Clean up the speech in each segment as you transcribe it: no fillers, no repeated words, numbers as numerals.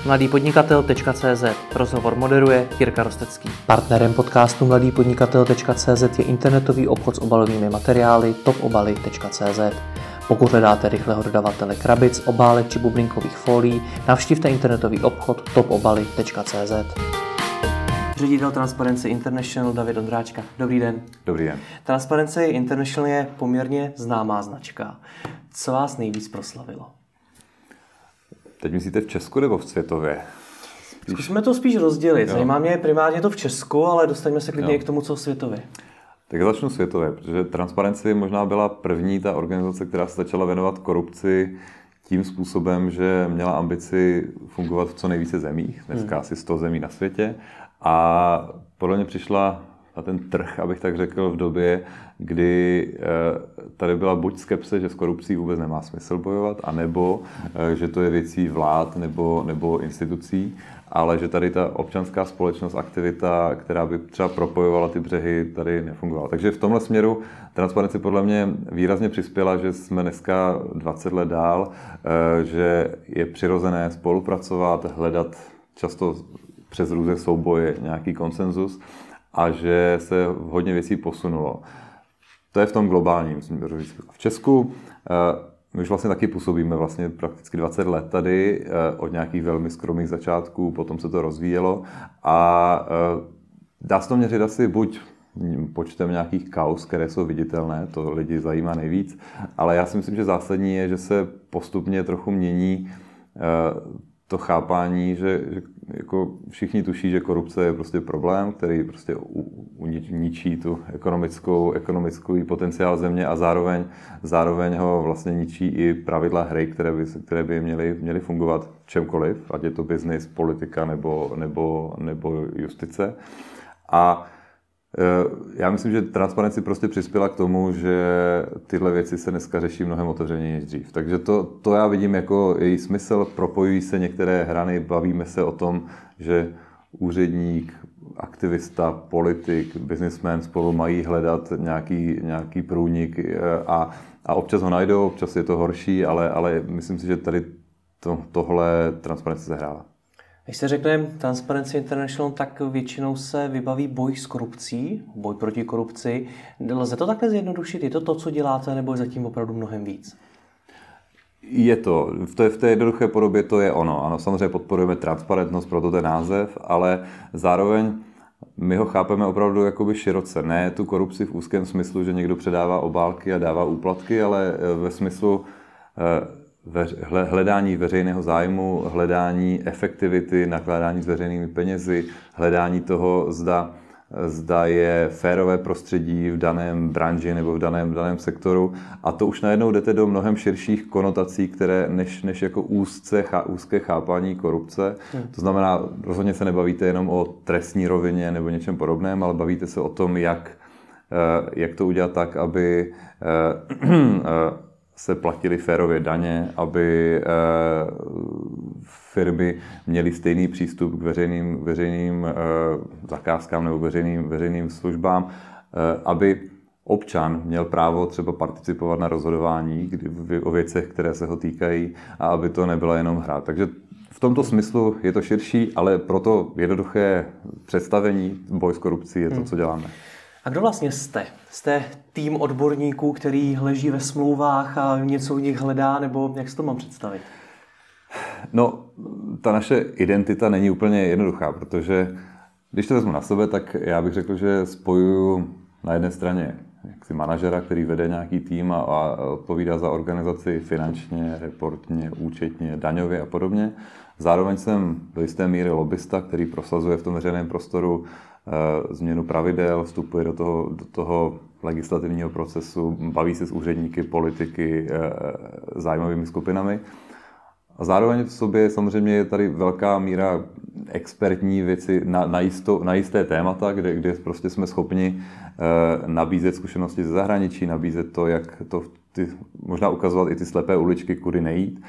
mladýpodnikatel.cz. Rozhovor moderuje Jirka Rostecký. Partnerem podcastu mladýpodnikatel.cz je internetový obchod s obalovými materiály topobaly.cz. Pokud hledáte rychlého dodavatele krabic, obálek či bublinkových fólií, navštivte internetový obchod topobaly.cz. Ředitel Transparency International David Ondráčka. Dobrý den. Dobrý den. Transparency International je poměrně známá značka. Co vás nejvíc proslavilo? Teď myslíte v Česku nebo v světově? Zkusme to spíš rozdělit. Zajímá mě primárně to v Česku, ale dostaňme se klidně i k tomu, co v světově. Tak začnu světově, protože Transparency možná byla první ta organizace, která se začala věnovat korupci tím způsobem, že měla ambici fungovat v co nejvíce zemích. Dneska asi 100 zemí na světě. A podle mě přišla na ten trh, abych tak řekl, v době, kdy tady byla buď skepse, že s korupcí vůbec nemá smysl bojovat, anebo že to je věcí vlád nebo institucí, ale že tady ta občanská společnost, aktivita, která by třeba propojovala ty břehy, tady nefungovala. Takže v tomhle směru Transparency podle mě výrazně přispěla, že jsme dneska 20 let dál, že je přirozené spolupracovat, hledat často přes různé souboje nějaký konsenzus a že se hodně věcí posunulo. To je v tom globálním směru. V Česku my už vlastně taky působíme vlastně prakticky 20 let tady, od nějakých velmi skromných začátků, potom se to rozvíjelo a dá se to měřit asi buď počtem nějakých kauz, které jsou viditelné, to lidi zajímá nejvíc, ale já si myslím, že zásadní je, že se postupně trochu mění to chápání, že jako všichni tuší, že korupce je prostě problém, který prostě ničí tu ekonomickou potenciál země a zároveň ho vlastně ničí i pravidla hry, které by měly fungovat čemkoliv, ať je to biznis, politika nebo justice. A já myslím, že Transparency prostě přispěla k tomu, že tyhle věci se dneska řeší mnohem otevřeněji než dřív. Takže to já vidím jako její smysl, propojují se některé hrany, bavíme se o tom, že úředník, aktivista, politik, businessman spolu mají hledat nějaký průnik a občas ho najdou, občas je to horší, ale myslím si, že tady tohle Transparency sehrála. Když se řekne Transparency International, tak většinou se vybaví boj s korupcí, boj proti korupci. Lze to takhle zjednodušit? Je to to, co děláte, nebo je zatím opravdu mnohem víc? Je to. V té jednoduché podobě to je ono. Ano, samozřejmě podporujeme transparentnost, proto ten název, ale zároveň my ho chápeme opravdu jakoby široce. Ne tu korupci v úzkém smyslu, že někdo předává obálky a dává úplatky, ale ve smyslu hledání veřejného zájmu, hledání efektivity, nakládání s veřejnými penězi, hledání toho, zda je férové prostředí v daném branži nebo v daném sektoru. A to už najednou jdete do mnohem širších konotací, které než jako úzké chápání korupce. To znamená, rozhodně se nebavíte jenom o trestní rovině nebo něčem podobném, ale bavíte se o tom, jak to udělat tak, aby se platily férově daně, aby firmy měly stejný přístup k veřejným zakázkám nebo veřejným službám, aby občan měl právo třeba participovat na rozhodování o věcech, které se ho týkají a aby to nebyla jenom hra. Takže v tomto smyslu je to širší, ale proto jednoduché představení boj s korupcí je to, co děláme. A kdo vlastně jste? Jste tým odborníků, který leží ve smlouvách a něco v nich hledá, nebo jak si to mám představit? No, ta naše identita není úplně jednoduchá, protože když to vezmu na sebe, tak já bych řekl, že spojuju na jedné straně jaksi manažera, který vede nějaký tým a odpovídá za organizaci finančně, reportně, účetně, daňově a podobně. Zároveň jsem do jisté míry lobbysta, který prosazuje v tom veřejném prostoru změnu pravidel, vstupuje do toho legislativního procesu, baví se s úředníky, politiky, zájmovými skupinami. A zároveň v sobě samozřejmě je tady velká míra expertní věci na jisté témata, kde prostě jsme schopni nabízet zkušenosti ze zahraničí, nabízet to, jak to možná ukazovat i ty slepé uličky, kudy nejít.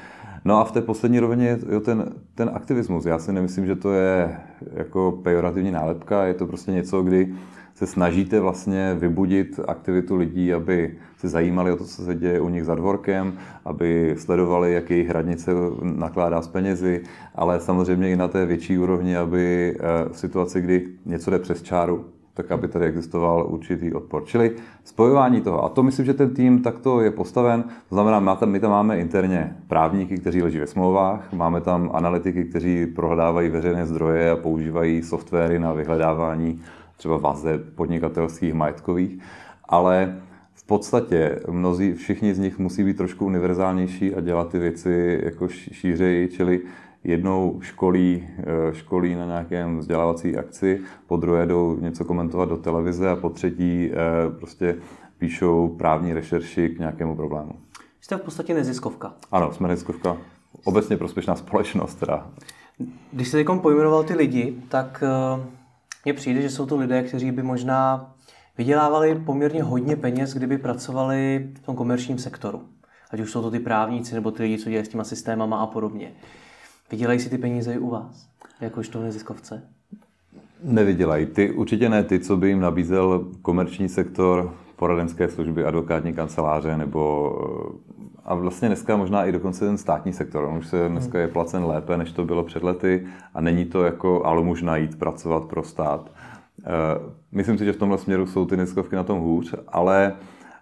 No a v té poslední rovině je ten aktivismus. Já si nemyslím, že to je jako pejorativní nálepka, je to prostě něco, kdy se snažíte vlastně vybudit aktivitu lidí, aby se zajímali o to, co se děje u nich za dvorkem, aby sledovali, jak jejich radnice nakládá s penězi, ale samozřejmě i na té větší úrovni, aby v situaci, kdy něco jde přes čáru, tak aby tady existoval určitý odpor. Čili spojování toho. A to myslím, že ten tým takto je postaven. To znamená, my tam máme interně právníky, kteří leží ve smlouvách, máme tam analytiky, kteří prohledávají veřejné zdroje a používají softwary na vyhledávání třeba vazeb podnikatelských, majetkových, ale v podstatě všichni z nich musí být trošku univerzálnější a dělat ty věci jako šířeji, čili jednou školí na nějakém vzdělávací akci, po druhé jdou něco komentovat do televize a po třetí prostě píšou právní rešerši k nějakému problému. Jste v podstatě neziskovka. Ano, jsme neziskovka. Obecně prospěšná společnost teda. Když jste teď pojmenoval ty lidi, tak mně přijde, že jsou to lidé, kteří by možná vydělávali poměrně hodně peněz, kdyby pracovali v tom komerčním sektoru. Ať už jsou to ty právníci, nebo ty lidi, co dělají s těma systémama a podobně. Vydělají si ty peníze i u vás, jakožto v neziskovce? Nevydělají. Určitě ne ty, co by jim nabízel komerční sektor, poradenské služby, advokátní kanceláře, nebo a vlastně dneska možná i dokonce ten státní sektor. On už se dneska je placen lépe, než to bylo před lety a není to jako almužna jít pracovat pro stát. Myslím si, že v tomhle směru jsou ty neziskovky na tom hůř, ale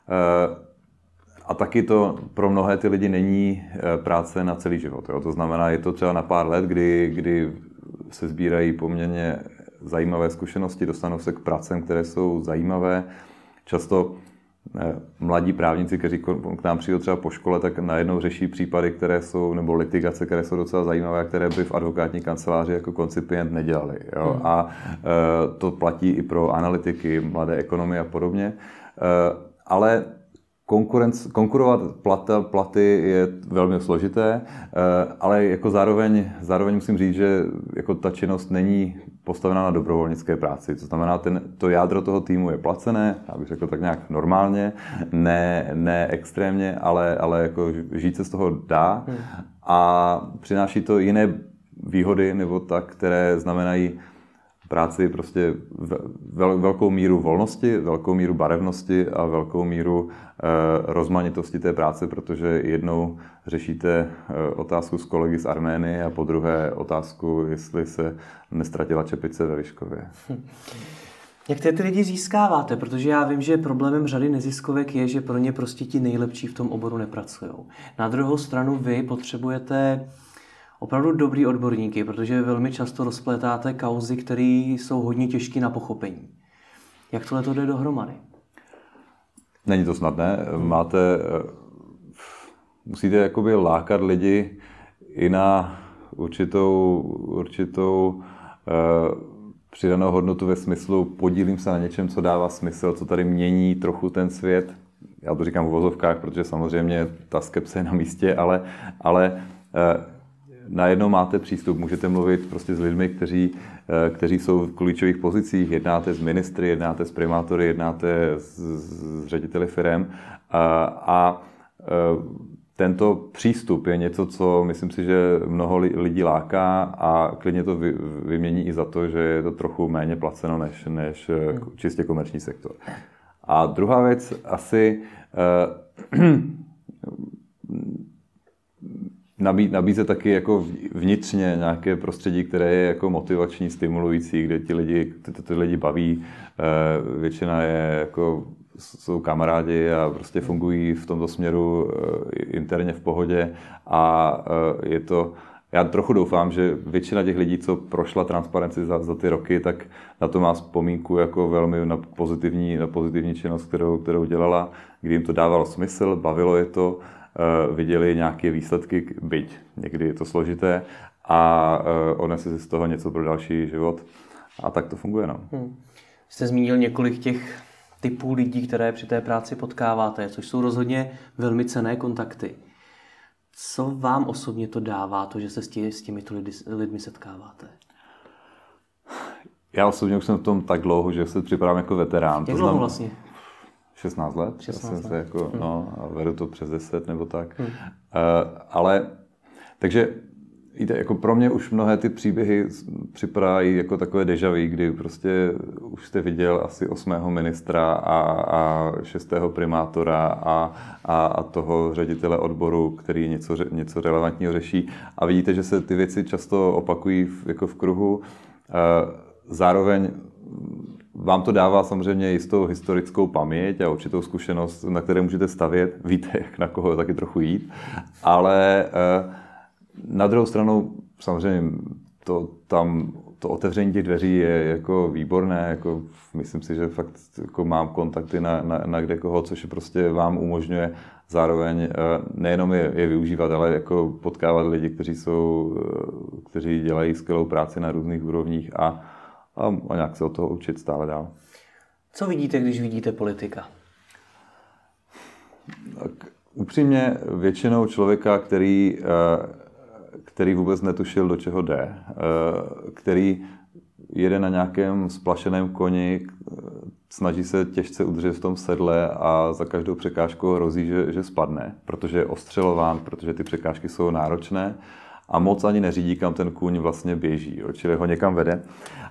a taky to pro mnohé ty lidi není práce na celý život. Jo? To znamená, je to třeba na pár let, kdy se sbírají poměrně zajímavé zkušenosti, dostanou se k pracem, které jsou zajímavé. Často mladí právníci, kteří k nám přijdou třeba po škole, tak najednou řeší případy, které jsou, nebo litigace, které jsou docela zajímavé, které by v advokátní kanceláři jako koncipient nedělali. Jo? A to platí i pro analytiky, mladé ekonomy a podobně. Ale konkurovat platy je velmi složité, ale jako zároveň musím říct, že jako ta činnost není postavená na dobrovolnické práci. To znamená, to jádro toho týmu je placené, já bych řekl tak nějak normálně, ne extrémně, ale jako žít se z toho dá a přináší to jiné výhody, nebo tak, které znamenají práci prostě velkou míru volnosti, velkou míru barevnosti a velkou míru rozmanitosti té práce, protože jednou řešíte otázku s kolegy z Arménie a po druhé otázku, jestli se nestratila čepice ve Vyškově. Jak ty lidi získáváte? Protože já vím, že problémem řady neziskovek je, že pro ně prostě ti nejlepší v tom oboru nepracují. Na druhou stranu vy potřebujete opravdu dobrý odborníky, protože velmi často rozplétáte kauzy, které jsou hodně těžké na pochopení. Jak tohle to jde dohromady? Není to snadné. Musíte jakoby lákat lidi i na určitou přidanou hodnotu ve smyslu podílím se na něčem, co dává smysl, co tady mění trochu ten svět. Já to říkám v uvozovkách, protože samozřejmě ta skepse je na místě, ale najednou máte přístup, můžete mluvit prostě s lidmi, kteří jsou v klíčových pozicích, jednáte s ministry, jednáte s primátory, jednáte s řediteli firem a tento přístup je něco, co myslím si, že mnoho lidí láká a klidně to vymění i za to, že je to trochu méně placeno než čistě komerční sektor. A druhá věc asi nabízet taky jako vnitřně nějaké prostředí, které je jako motivační, stimulující, kde ty lidi baví. Většina jsou kamarádi a prostě fungují v tomto směru interně v pohodě a já trochu doufám, že většina těch lidí, co prošla transparenci za ty roky, tak na to má vzpomínku jako velmi na pozitivní činnost, kterou dělala, kdy jim to dávalo smysl, bavilo je to, viděli nějaké výsledky, byť někdy je to složité a odnesli si z toho něco pro další život a tak to funguje. No. Jste zmínil několik těch typů lidí, které při té práci potkáváte, což jsou rozhodně velmi cenné kontakty. Co vám osobně to dává, to, že se s těmito lidmi setkáváte? Já osobně už jsem v tom tak dlouho, že se připravám jako veterán. Jak dlouho vlastně? 16 let. 16 let. A vedu to přes 10 nebo tak. Ale Takže víte, jako pro mě už mnohé ty příběhy připadají jako takové déjà vu, kdy prostě už jste viděl asi 8. ministra a 6. primátora a toho ředitele odboru, který něco relevantního řeší. A vidíte, že se ty věci často opakují jako v kruhu. Zároveň vám to dává samozřejmě jistou historickou paměť a určitou zkušenost, na které můžete stavět. Víte, jak na koho taky trochu jít. Ale na druhou stranu samozřejmě to otevření těch dveří je jako výborné. Jako myslím si, že fakt jako mám kontakty na kde koho, což je prostě vám umožňuje zároveň nejenom je využívat, ale jako potkávat lidi, kteří dělají skvělou práci na různých úrovních a nějak se od toho učit stále dál. Co vidíte, když vidíte politika? Tak, upřímně většinou člověka, který vůbec netušil, do čeho jde, který jede na nějakém splašeném koni, snaží se těžce udržet v tom sedle a za každou překážku hrozí, že spadne, protože je ostřelován, protože ty překážky jsou náročné a moc ani neřídí, kam ten kůň vlastně běží, čili ho někam vede.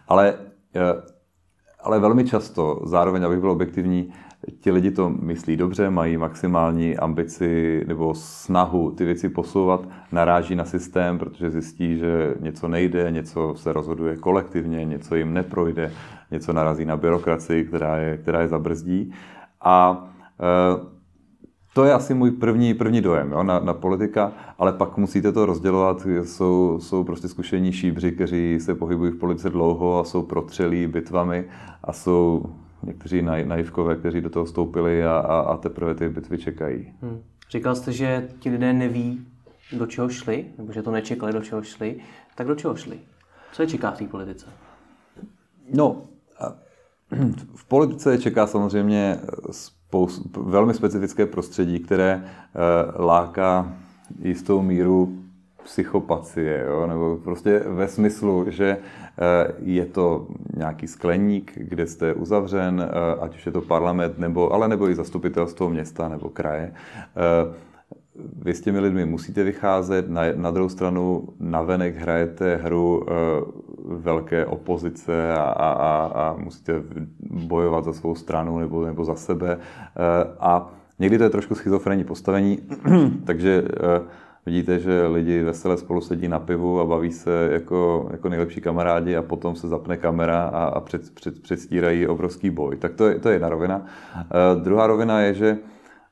Ale velmi často, zároveň, abych byl objektivní, ti lidi to myslí dobře, mají maximální ambici nebo snahu ty věci posouvat, naráží na systém, protože zjistí, že něco nejde, něco se rozhoduje kolektivně, něco jim neprojde, něco narazí na byrokracii, která je zabrzdí. A to je asi můj první dojem, jo, na politika, ale pak musíte to rozdělovat. Jsou prostě zkušení šíbři, kteří se pohybují v politice dlouho a jsou protřelí bitvami a jsou někteří naivkové, kteří do toho vstoupili a teprve ty bitvy čekají. Říkal jste, že ti lidé neví, do čeho šli, nebo že to nečekali, do čeho šli. Tak do čeho šli? Co je čeká v té politice? No, v politice čeká samozřejmě velmi specifické prostředí, které láká jistou míru psychopatie, jo? Nebo prostě ve smyslu, že je to nějaký skleník, kde jste uzavřen, ať už je to parlament, nebo i zastupitelstvo města nebo kraje. Vy s těmi lidmi musíte vycházet, na druhou stranu navenek hrajete hru velké opozice a musíte bojovat za svou stranu nebo za sebe. A někdy to je trošku schizofrenní postavení, takže vidíte, že lidi vesele spolu sedí na pivu a baví se jako nejlepší kamarádi a potom se zapne kamera a předstírají obrovský boj. Tak to je jedna rovina. Druhá rovina je, že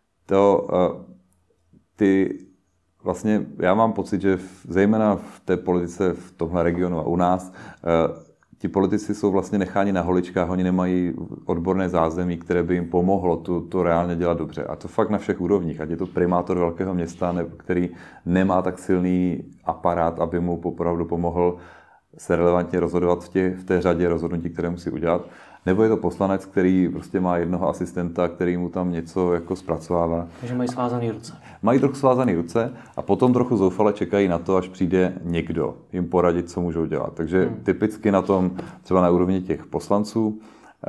vlastně já mám pocit, že zejména v té politice v tomhle regionu a u nás ti politici jsou vlastně necháni na holičkách, oni nemají odborné zázemí, které by jim pomohlo to reálně dělat dobře. A to fakt na všech úrovních, ať je to primátor velkého města, který nemá tak silný aparát, aby mu opravdu pomohl se relevantně rozhodovat v té řadě rozhodnutí, které musí udělat. Nebo je to poslanec, který prostě má jednoho asistenta, který mu tam něco jako zpracovává. Takže mají svázané ruce. Mají trochu svázané ruce a potom trochu zoufale čekají na to, až přijde někdo jim poradit, co můžou dělat. Takže typicky na tom, třeba na úrovni těch poslanců,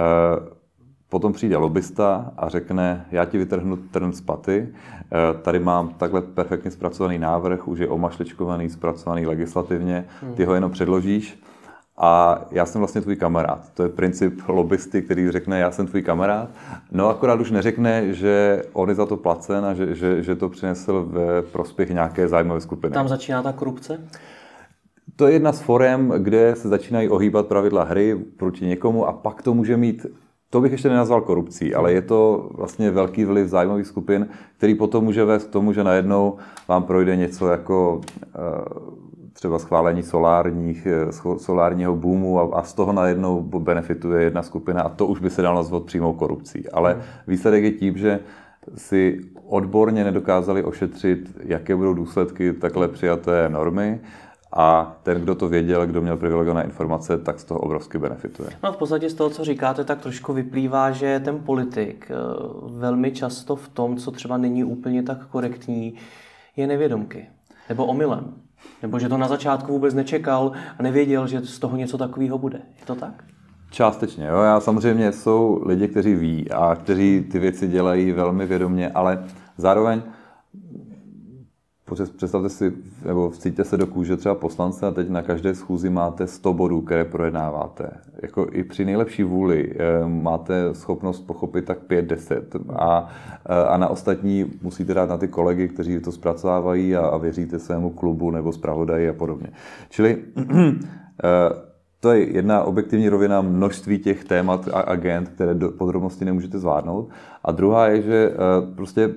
potom přijde lobista a řekne, já ti vytrhnu trn z paty, tady mám takhle perfektně zpracovaný návrh, už je omašličkovaný, zpracovaný legislativně, ty ho jenom předložíš. A já jsem vlastně tvůj kamarád. To je princip lobbysty, který řekne, já jsem tvůj kamarád. No akorát už neřekne, že on je za to placen a že to přinesl ve prospěch nějaké zájmové skupiny. Tam začíná ta korupce? To je jedna z forem, kde se začínají ohýbat pravidla hry proti někomu a pak to může mít, to bych ještě nenazval korupcí, ale je to vlastně velký vliv zájmových skupin, který potom může vést k tomu, že najednou vám projde něco jako třeba schválení solárního boomu a z toho najednou benefituje jedna skupina a to už by se dalo nazvat přímou korupcí. Ale výsledek je tím, že si odborně nedokázali ošetřit, jaké budou důsledky takhle přijaté normy a ten, kdo to věděl, kdo měl privilegované informace, tak z toho obrovsky benefituje. No v podstatě z toho, co říkáte, tak trošku vyplývá, že ten politik velmi často v tom, co třeba není úplně tak korektní, je nevědomky nebo omylem. Nebo že to na začátku vůbec nečekal a nevěděl, že z toho něco takového bude. Je to tak? Částečně, jo. Já samozřejmě jsou lidi, kteří ví a kteří ty věci dělají velmi vědomě, ale zároveň představte si, nebo vcítíte se do kůže třeba poslance a teď na každé schůzi máte 100 bodů, které projednáváte. Jako i při nejlepší vůli máte schopnost pochopit tak 5-10 a na ostatní musíte dát na ty kolegy, kteří to zpracovávají a věříte svému klubu nebo zpravodaji a podobně. Čili to je jedna objektivní rovina množství těch témat a agent, které do podrobnosti nemůžete zvládnout. A druhá je, že prostě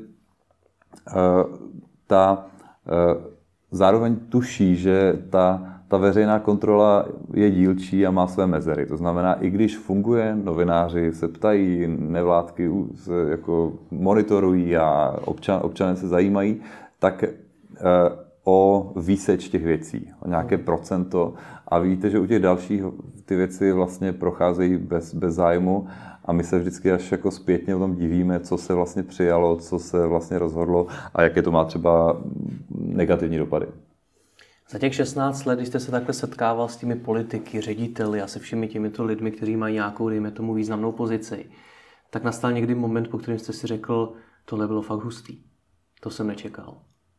zároveň tuší, že ta veřejná kontrola je dílčí a má své mezery. To znamená, i když funguje, novináři se ptají, nevládky jako monitorují a občané se zajímají, tak o výseč těch věcí, o nějaké procento. A vidíte, že u těch dalších ty věci vlastně procházejí bez zájmu a my se vždycky až jako zpětně o tom divíme, co se vlastně přijalo, co se vlastně rozhodlo a jaké to má třeba negativní dopady. Za těch 16 let, když jste se takhle setkával s těmi politiky, řediteli a se všemi těmito lidmi, kteří mají nějakou, dejme tomu, významnou pozici, tak nastal někdy moment, po kterém jste si řekl, tohle bylo fakt hustý. To jsem nečekal.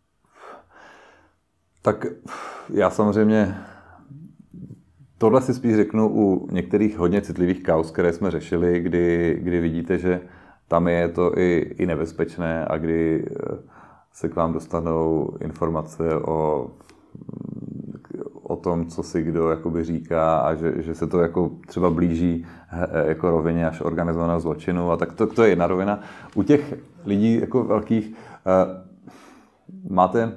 Tak já samozřejmě tohle si spíš řeknu u některých hodně citlivých kauz, které jsme řešili, kdy vidíte, že tam je to i nebezpečné a kdy se k vám dostanou informace o tom, co si kdo jakoby říká a že se to jako třeba blíží jako rovině až organizovaného zločinu a tak to je jedna rovina. U těch lidí jako velkých máte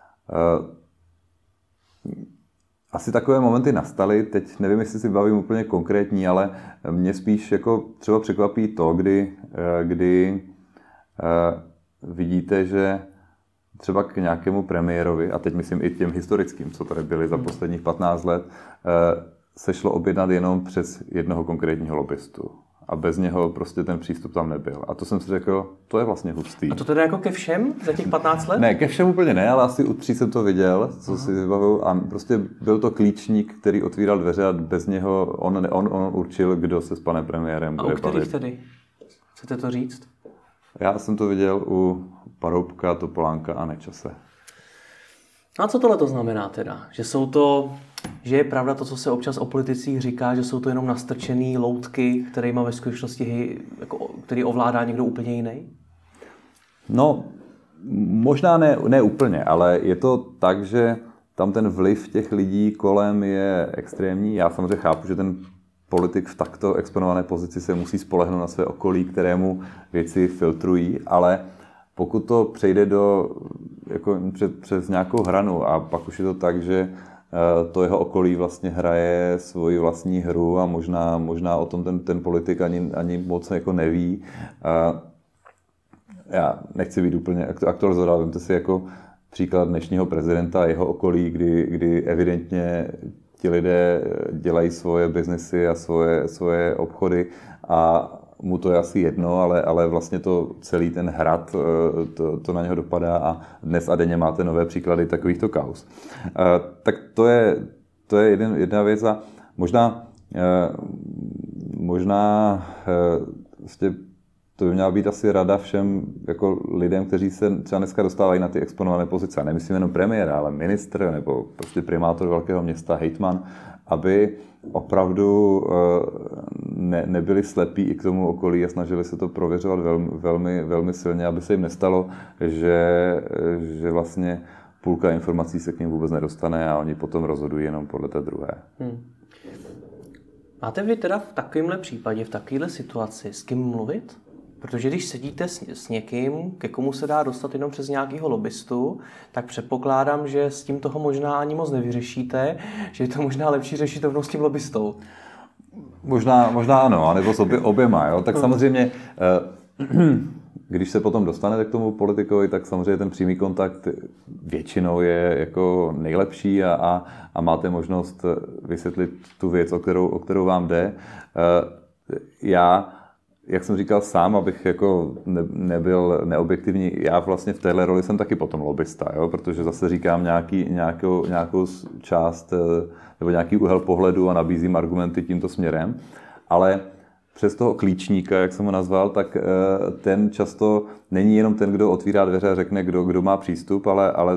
asi takové momenty nastaly, teď nevím, jestli si bavím úplně konkrétní, ale mě spíš jako třeba překvapí to, kdy vidíte, že třeba k nějakému premiérovi, a teď myslím i těm historickým, co tady byli za posledních 15 let, se šlo objednat jenom přes jednoho konkrétního lobbystu. A bez něho prostě ten přístup tam nebyl. A to jsem si řekl, to je vlastně hustý. A to teda jako ke všem za těch 15 let? Ne, ke všem úplně ne, ale asi u 3 jsem to viděl, co si vybavuju. A prostě byl to klíčník, který otvíral dveře a bez něho on určil, kdo se s panem premiérem bude bavit. A u kterých tedy? Chcete to říct? Já jsem to viděl u Paroubka, Topolánka a Nečase. A co tohle to znamená teda? Že je pravda to, co se občas o politicích říká, že jsou to jenom nastrčený loutky, kterýma ve skutečnosti který ovládá někdo úplně jiný? No, možná ne úplně, ale je to tak, že tam ten vliv těch lidí kolem je extrémní. Já samozřejmě chápu, že ten politik v takto exponované pozici se musí spolehnout na své okolí, kterému věci filtrují, ale pokud to přejde přes nějakou hranu a pak už je to tak, že to jeho okolí vlastně hraje svoji vlastní hru a možná o tom ten politik ani moc jako neví. Já nechci být úplně aktualizovat, vemte si jako příklad dnešního prezidenta a jeho okolí, kdy evidentně ti lidé dělají svoje biznesy a svoje obchody a mu to je asi jedno, ale vlastně to celý ten hrad, to na něho dopadá a dnes a denně máte nové příklady takovýchto kauz. Tak to je jedna věc a možná vlastně to by měla být asi rada všem jako lidem, kteří se třeba dneska dostávají na ty exponované pozice. A nemyslím jenom premiéra, ale ministr nebo prostě primátor velkého města, hejtman, aby opravdu nebyli slepí i k tomu okolí a snažili se to prověřovat velmi, velmi silně, aby se jim nestalo, že vlastně půlka informací se k ním vůbec nedostane a oni potom rozhodují jenom podle té druhé. Máte vy teda v takovémhle případě, v takovéhle situaci s kým mluvit? Protože když sedíte s někým, ke komu se dá dostat jenom přes nějakého lobbystu, tak předpokládám, že s tím toho možná ani moc nevyřešíte, že je to možná lepší řešit rovnou s tím lobbystou. Možná ano, anebo s oběma. Jo? Tak samozřejmě, když se potom dostanete k tomu politikovi, tak samozřejmě ten přímý kontakt většinou je jako nejlepší a máte možnost vysvětlit tu věc, o kterou vám jde. Já, jak jsem říkal sám, abych jako nebyl neobjektivní, já vlastně v téhle roli jsem taky potom lobbysta, jo? Protože zase říkám nějakou část nebo nějaký úhel pohledu a nabízím argumenty tímto směrem, ale přes toho klíčníka, jak jsem ho nazval, tak ten často není jenom ten, kdo otvírá dveře a řekne, kdo má přístup, ale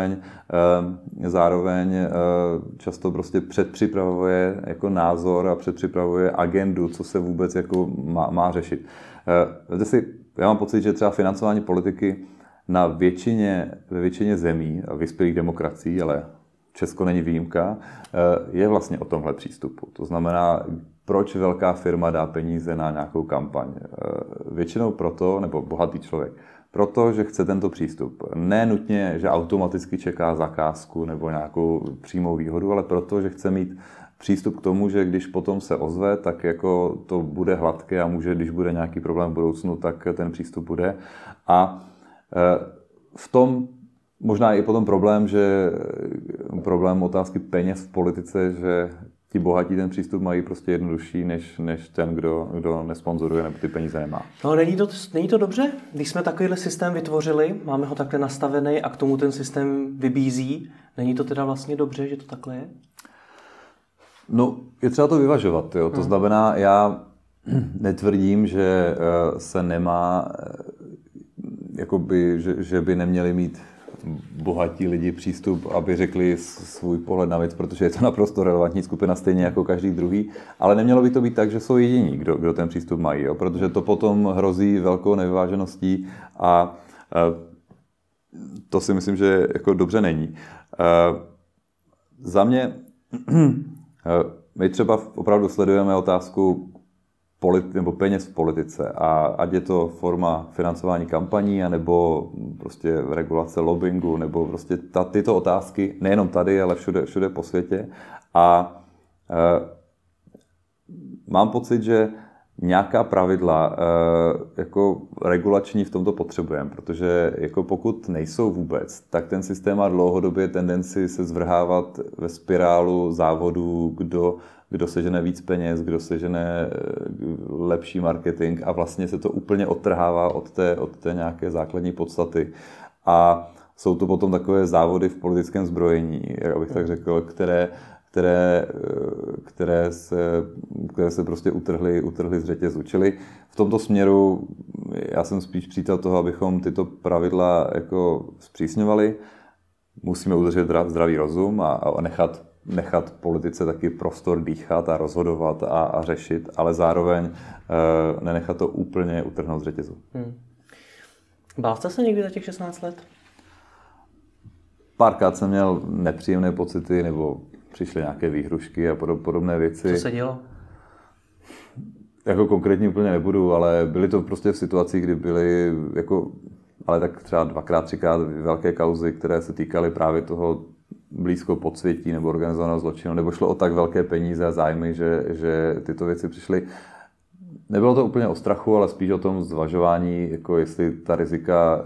zároveň často prostě předpřipravuje jako názor a předpřipravuje agendu, co se vůbec jako má řešit. Já mám pocit, že třeba financování politiky ve většině zemí a vyspělých demokracií, ale Česko není výjimka, je vlastně o tomhle přístupu. To znamená, proč velká firma dá peníze na nějakou kampaň. Většinou proto, nebo bohatý člověk, protože chce tento přístup. Ne nutně, že automaticky čeká zakázku nebo nějakou přímou výhodu, ale proto, že chce mít přístup k tomu, že když potom se ozve, tak jako to bude hladké a může, když bude nějaký problém v budoucnu, tak ten přístup bude. A v tom možná i potom problém otázky peněz v politice, že ti bohatí ten přístup mají prostě jednodušší, než ten, kdo nesponzoruje nebo ty peníze nemá. No, není to dobře? Když jsme takovýhle systém vytvořili, máme ho takhle nastavený a k tomu ten systém vybízí, není to teda vlastně dobře, že to takhle je? No, je třeba to vyvažovat. Jo? To znamená, já netvrdím, že se nemá, jakoby, že by neměli mít bohatí lidi přístup, aby řekli svůj pohled na věc, protože je to naprosto relevantní skupina, stejně jako každý druhý, ale nemělo by to být tak, že jsou jediní, kdo ten přístup mají, jo? Protože to potom hrozí velkou nevyvážeností a to si myslím, že jako dobře není. Za mě, my třeba opravdu sledujeme otázku nebo peněz v politice a ať je to forma financování kampaní, nebo prostě regulace lobbingu, nebo prostě tyto otázky, nejenom tady, ale všude po světě. A mám pocit, že nějaká pravidla jako regulační v tomto potřebujeme, protože jako pokud nejsou vůbec, tak ten systém má dlouhodobě tendenci se zvrhávat ve spirálu závodů, kdo sežene víc peněz, kdo sežene lepší marketing a vlastně se to úplně odtrhává od té nějaké základní podstaty. A jsou to potom takové závody v politickém zbrojení, jak bych tak řekl, které se prostě utrhly z řetězu. Čili v tomto směru já jsem spíš přítel toho, abychom tyto pravidla jako zpřísňovali. Musíme udržet zdravý rozum a nechat politice taky prostor dýchat a rozhodovat a řešit, ale zároveň nenechat to úplně utrhnout z řetězu. Bál jste se někdy za těch 16 let? Párkrát jsem měl nepříjemné pocity, nebo přišly nějaké výhrušky a podobné věci. Co se dělo? Jako konkrétně úplně nebudu, ale byly to prostě v situacích, kdy byly jako, ale tak třeba 2x, 3x velké kauzy, které se týkaly právě toho blízko podsvětí nebo organizovaného zločinu, nebo šlo o tak velké peníze a zájmy, že tyto věci přišly. Nebylo to úplně o strachu, ale spíš o tom zvažování, jako jestli ta rizika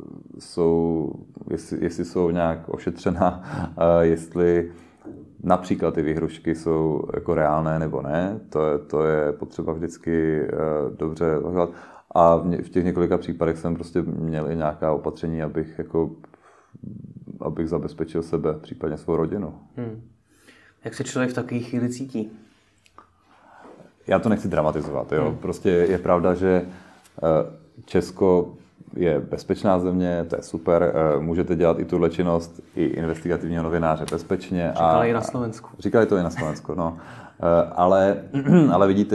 jestli jsou nějak ošetřená, jestli například ty výhrušky jsou jako reálné nebo ne. To je potřeba vždycky dobře zvažovat. A v těch několika případech jsem prostě měl i nějaká opatření, abych zabezpečil sebe, případně svou rodinu. Jak se člověk v takové chvíli cítí? Já to nechci dramatizovat. Jo? Prostě je pravda, že Česko je bezpečná země, to je super, můžete dělat i tuhle činnost, i investigativního novináře bezpečně. Říkali i na Slovensku. Říkali to i na Slovensku, no. Ale vidíte,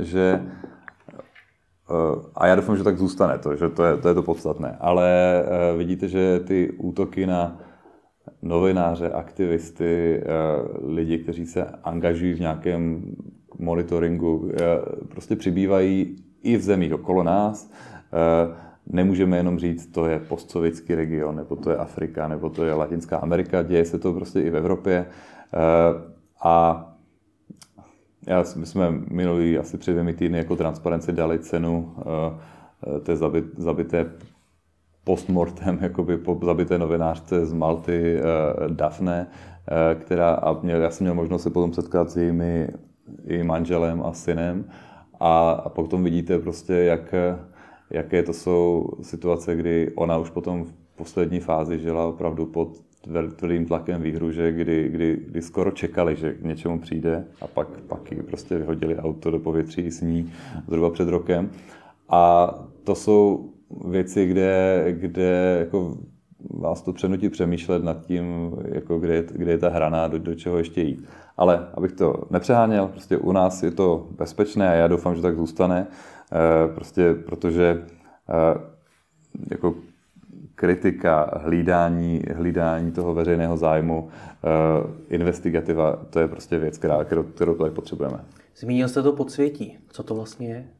a já doufám, že tak zůstane, že to je to podstatné, ale vidíte, že ty útoky na novináře, aktivisty, lidi, kteří se angažují v nějakém monitoringu, prostě přibývají i v zemích okolo nás. Nemůžeme jenom říct, to je postsovětský region, nebo to je Afrika, nebo to je Latinská Amerika, děje se to prostě i v Evropě. A my jsme minulý asi před 2 týdny jako Transparency dali cenu té zabité postmortem, jakoby zabité novinářce z Malty Daphne, já jsem měl možnost se potom setkat s jejími manželem a synem a potom vidíte prostě, jaké to jsou situace, kdy ona už potom v poslední fázi žila opravdu pod tvrdým tlakem výhruže, kdy skoro čekali, že k něčemu přijde a pak ji prostě vyhodili auto do povětří i s ní zhruba před rokem. A to jsou věci, kde jako vás to přenutí přemýšlet nad tím, jako kde je ta hrana, do čeho ještě jít. Ale abych to nepřeháněl, prostě u nás je to bezpečné a já doufám, že tak zůstane, prostě protože jako kritika, hlídání toho veřejného zájmu, investigativa, to je prostě věc, kterou tady potřebujeme. Zmínil jste to podsvětí. Co to vlastně je?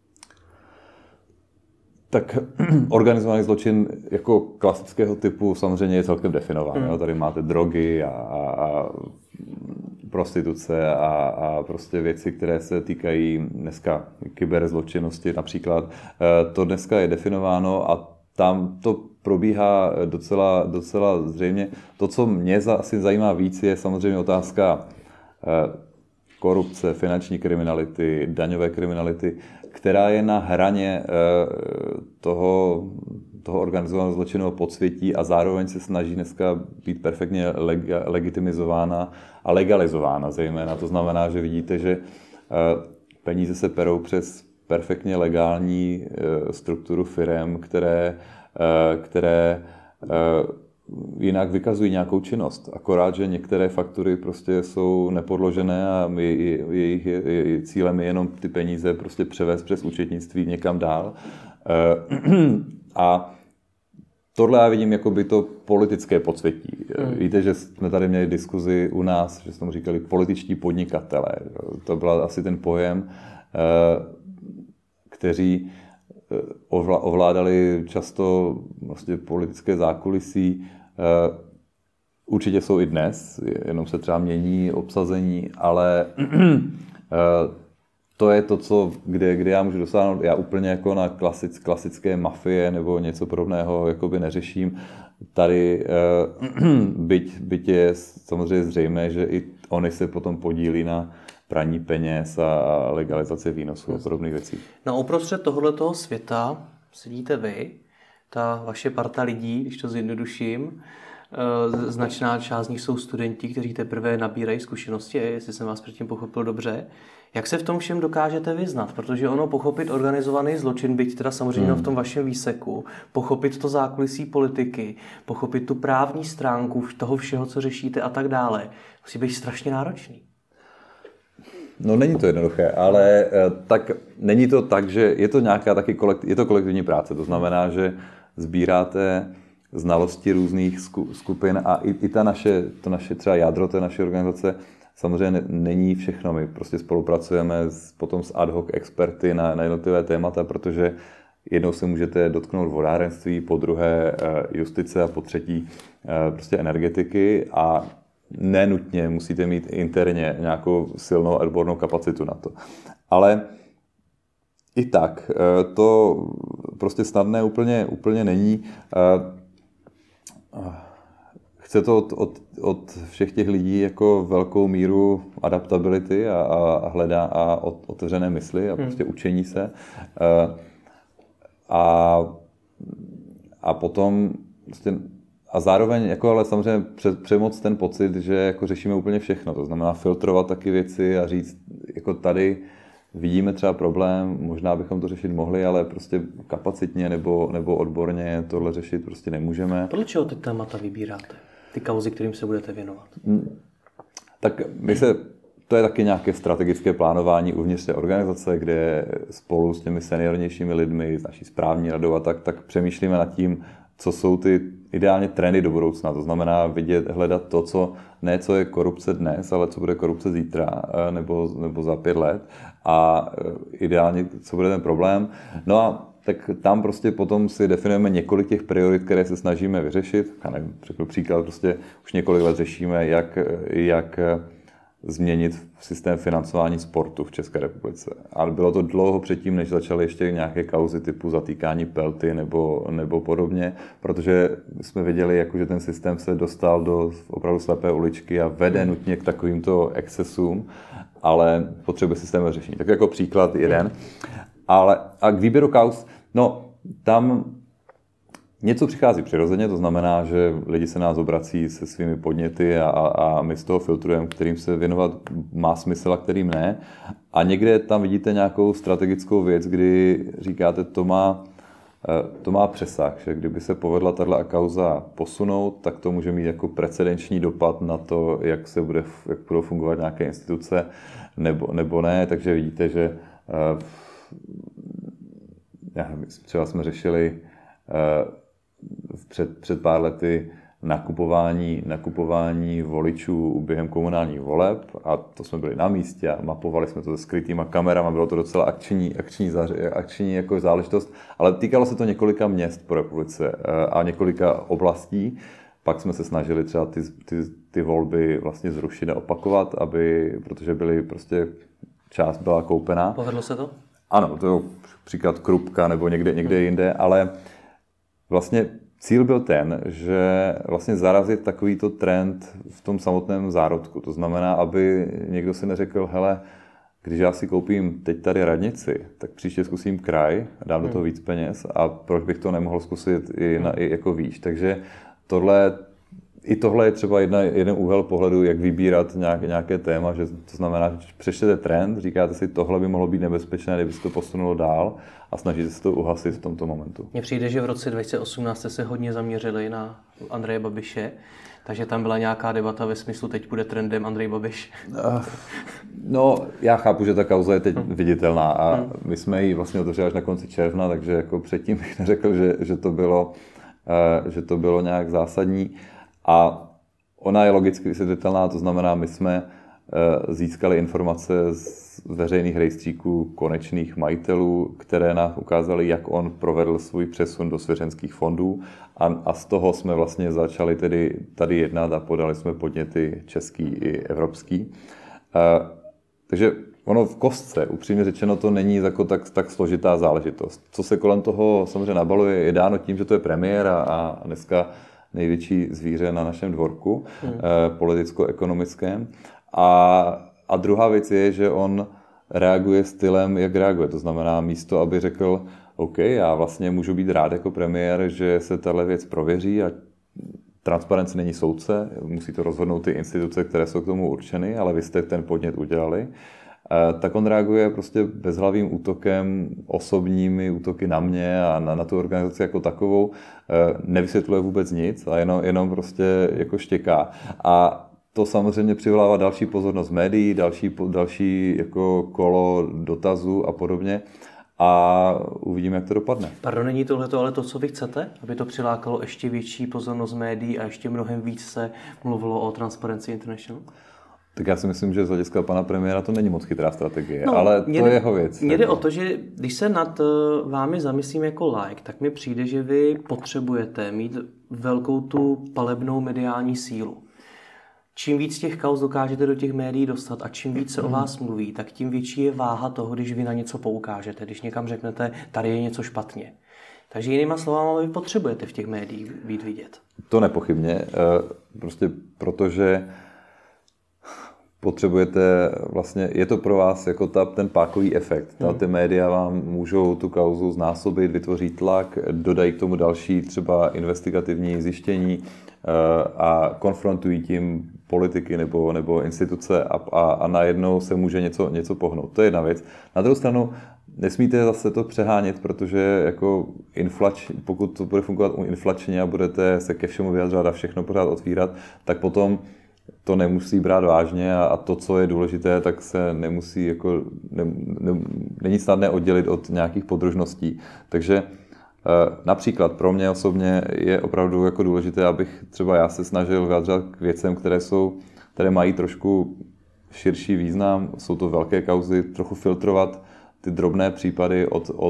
Tak organizovaný zločin jako klasického typu samozřejmě je celkem definován. Tady máte drogy a prostituce a prostě věci, které se týkají dneska kyberzločinnosti například. To dneska je definováno a tam to probíhá docela zřejmě. To, co mě asi zajímá víc, je samozřejmě otázka korupce, finanční kriminality, daňové kriminality, která je na hraně toho organizovaného zločinného podsvětí a zároveň se snaží dneska být perfektně legitimizována a legalizována zejména. To znamená, že vidíte, že peníze se perou přes perfektně legální strukturu firem, které jinak vykazují nějakou činnost. Akorát, že některé faktury prostě jsou nepodložené a jejich cílem je jenom ty peníze prostě převést přes účetnictví někam dál. A tohle já vidím jako by to politické podsvětí. Víte, že jsme tady měli diskuzi u nás, že jsme tomu říkali političtí podnikatelé. To byl asi ten pojem, kteří ovládali často vlastně politické zákulisí. Určitě jsou i dnes, jenom se třeba mění obsazení, ale to je to, kde já můžu dosáhnout. Já úplně jako na klasické mafie nebo něco podobného jakoby neřeším. Tady byť je samozřejmě zřejmé, že i oni se potom podílí na praní peněz a legalizace výnosů a podobných věcí. No uprostřed tohoto světa sedíte vy, ta vaše parta lidí, když to zjednoduším. Značná část z nich jsou studenti, kteří teprve nabírají zkušenosti, jestli jsem vás předtím pochopil dobře. Jak se v tom všem dokážete vyznat? Protože ono pochopit organizovaný zločin, byť teda samozřejmě v tom vašem výseku, pochopit to zákulisí politiky, pochopit tu právní stránku toho všeho, co řešíte a tak dále, musí být strašně náročný. No není to jednoduché, ale tak není to tak, že je to nějaká taky je to kolektivní práce. To znamená, že sbíráte znalosti různých skupin a i to naše třeba jádro té naší organizace samozřejmě není všechno. My prostě spolupracujeme potom s ad hoc experty na jednotlivé témata, protože jednou se můžete dotknout vodárenství, po druhé justice a po třetí prostě energetiky a nenutně musíte mít interně nějakou silnou odbornou kapacitu na to. Ale i tak to prostě snadné úplně není. Chce to od všech těch lidí jako velkou míru adaptability a otevřené mysli a prostě učení se. A potom prostě a zároveň jako ale samozřejmě přemoc ten pocit, že jako řešíme úplně všechno. To znamená filtrovat taky věci a říct, jako tady vidíme třeba problém, možná bychom to řešit mohli, ale prostě kapacitně nebo odborně tohle řešit prostě nemůžeme. Podle čeho ty témata vybíráte? Ty kauzy, kterým se budete věnovat? Tak to je taky nějaké strategické plánování uvnitř té organizace, kde spolu s těmi seniornějšími lidmi, s naší správní radou a tak přemýšlíme nad tím, co jsou ty ideálně trendy do budoucna. To znamená hledat to, co je korupce dnes, ale co bude korupce zítra nebo za 5 let a ideálně, co bude ten problém. No a tak tam prostě potom si definujeme několik těch priorit, které se snažíme vyřešit. Já nevím, řeknu příklad, prostě už několik let řešíme, jak změnit systém financování sportu v České republice. Ale bylo to dlouho předtím, než začaly ještě nějaké kauzy typu zatýkání Pelty nebo podobně, protože jsme věděli, že ten systém se dostal do opravdu slepé uličky a vede nutně k takovýmto excesům, ale potřebuje systémové řešení. Tak jako příklad jeden. A k výběru kauz, no tam Něco přichází přirozeně, to znamená, že lidi se nás obrací se svými podněty a my z toho filtrujeme, kterým se věnovat má smysl a kterým ne. A někde tam vidíte nějakou strategickou věc, kdy říkáte, to má přesah, že kdyby se povedla tahle kauza posunout, tak to může mít jako precedenční dopad na to, jak budou fungovat nějaké instituce nebo ne. Takže vidíte, že třeba jsme řešili před pár lety nakupování voličů během komunálních voleb a to jsme byli na místě a mapovali jsme to se skrytýma kamerama, bylo to docela akční jako záležitost, ale týkalo se to několika měst po republice a několika oblastí. Pak jsme se snažili třeba ty volby vlastně zrušit a opakovat, protože byly prostě část byla koupená. Povedlo se to? Ano, to je příklad Krupka nebo někde jinde, ale vlastně cíl byl ten, že vlastně zarazit takovýto trend v tom samotném zárodku. To znamená, aby někdo si neřekl, hele, když já si koupím teď tady radnici, tak příště zkusím kraj, dám do toho víc peněz a proč bych to nemohl zkusit i jako výš. Takže tohle je třeba jeden úhel pohledu, jak vybírat nějaké téma, že to znamená, že přečtete trend, říkáte si, tohle by mohlo být nebezpečné, kdyby se to posunulo dál a snažíte se to uhasit v tomto momentu. Mně přijde, že v roce 2018 se hodně zaměřili na Andreje Babiše, takže tam byla nějaká debata ve smyslu, teď bude trendem Andrej Babiš. No, já chápu, že ta kauza je teď viditelná a my jsme ji vlastně otevřeli až na konci června, takže jako předtím bych neřekl, že to bylo nějak zásadní. A ona je logicky vysvětlitelná, to znamená, my jsme získali informace z veřejných rejstříků konečných majitelů, které nám ukázaly, jak on provedl svůj přesun do svěřenských fondů a z toho jsme vlastně začali tedy tady jednat a podali jsme podněty český i evropský. Takže ono v kostce, upřímně řečeno, to není jako tak složitá záležitost. Co se kolem toho samozřejmě nabaluje, je dáno tím, že to je premiér a dneska největší zvíře na našem dvorku, politicko-ekonomickém. A druhá věc je, že on reaguje stylem, jak reaguje. To znamená, místo, aby řekl, OK, já vlastně můžu být rád jako premiér, že se tahle věc prověří a transparence není soudce, musí to rozhodnout ty instituce, které jsou k tomu určeny, ale vy jste ten podnět udělali. Tak on reaguje prostě bezhlavým útokem, osobními útoky na mě a na tu organizaci jako takovou, nevysvětluje vůbec nic a jenom prostě jako štěká. A to samozřejmě přivolává další pozornost médií, další jako kolo dotazů a podobně. A uvidíme, jak to dopadne. Pardon, není tohleto ale to, co vy chcete? Aby to přilákalo ještě větší pozornost médií a ještě mnohem víc se mluvilo o Transparency International? Tak já si myslím, že z hlediska pana premiéra to není moc chytrá strategie, ale to je jeho věc. Mně jde o to, že když se nad vámi zamyslím jako like, tak mi přijde, že vy potřebujete mít velkou tu palebnou mediální sílu. Čím víc těch kauz dokážete do těch médií dostat a čím víc se o vás mluví, tak tím větší je váha toho, když vy na něco poukážete, když někam řeknete, tady je něco špatně. Takže jinýma slovama, vy potřebujete v těch médiích být vidět. To nepochybně, prostě protože potřebujete, vlastně, je to pro vás jako ten pákový efekt. Ty média vám můžou tu kauzu znásobit, vytvoří tlak, dodají k tomu další třeba investigativní zjištění a konfrontují tím politiky nebo instituce a najednou se může něco pohnout. To je jedna věc. Na druhou stranu nesmíte zase to přehánět, protože jako pokud to bude fungovat inflačně a budete se ke všemu vyjadřovat a všechno pořád otvírat, tak potom to nemusí brát vážně a to, co je důležité, tak se nemusí jako není snadné oddělit od nějakých podružností. Takže například pro mě osobně je opravdu jako důležité, abych třeba já se snažil vyjadřovat k věcem, které mají trošku širší význam, jsou to velké kauzy, trochu filtrovat ty drobné případy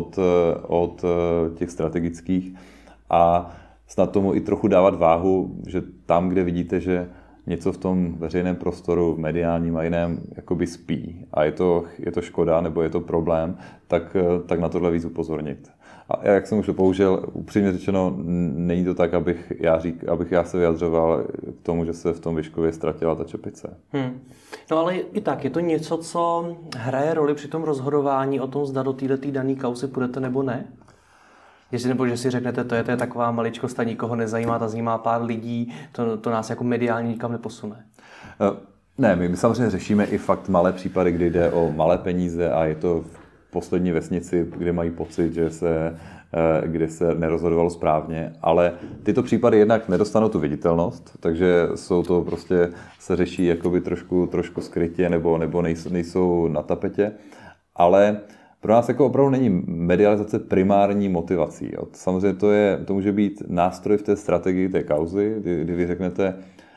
od těch strategických a snad tomu i trochu dávat váhu, že tam, kde vidíte, že něco v tom veřejném prostoru, mediálním a jiném jakoby spí a je to škoda nebo je to problém, tak na tohle víc upozornit. A jak jsem už to použil, upřímně řečeno, není to tak, abych já se vyjadřoval k tomu, že se v tom Vyškově ztratila ta čepice. No ale i tak, je to něco, co hraje roli při tom rozhodování o tom, zda do této dané kauzy půjdete nebo ne? Nebo že si řeknete, to je taková maličkost a nikoho nezajímá, ta zajímá pár lidí, to nás jako mediálně nikam neposune. Ne, my samozřejmě řešíme i fakt malé případy, kdy jde o malé peníze a je to v poslední vesnici, kde mají pocit, kde se nerozhodovalo správně, ale tyto případy jednak nedostanou tu viditelnost, takže jsou to prostě, se řeší jakoby trošku skrytě nebo nejsou na tapetě, ale pro nás jako opravdu není medializace primární motivací. Jo. Samozřejmě to může být nástroj v té strategii té kauzy, kdy vy řeknete,